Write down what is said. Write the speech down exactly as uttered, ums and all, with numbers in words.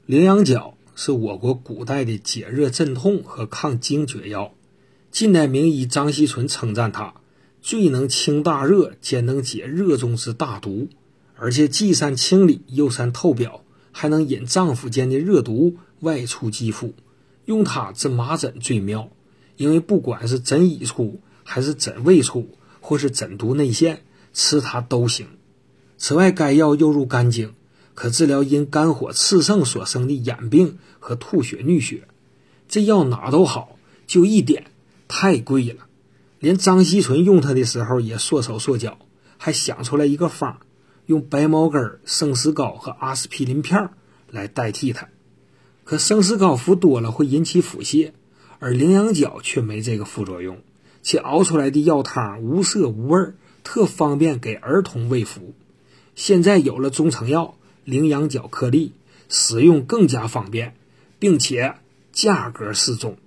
羚羊角是我国古代的解热镇痛和抗惊厥药。近代名医张锡纯称赞它最能清大热，兼能解热中之大毒，而且既善清理又善透表，还能引脏腑间的热毒外出肌肤。用它治麻疹最妙，因为不管是疹已出还是疹未出，或是疹毒内陷，吃它都行。此外，该药又入肝经，可治疗因肝火炽盛所生的眼病和吐血衄血。这药哪都好，就一点太贵了。连张锡纯用它的时候也缩手缩脚，还想出来一个方，用白茅根、生石膏和阿司匹林片来代替它。可生石膏服多了会引起腹泻，而羚羊角却没这个副作用，且熬出来的药汤无色无味，特方便给儿童喂服。现在有了中成药羚羊角颗粒，使用更加方便，并且价格适中。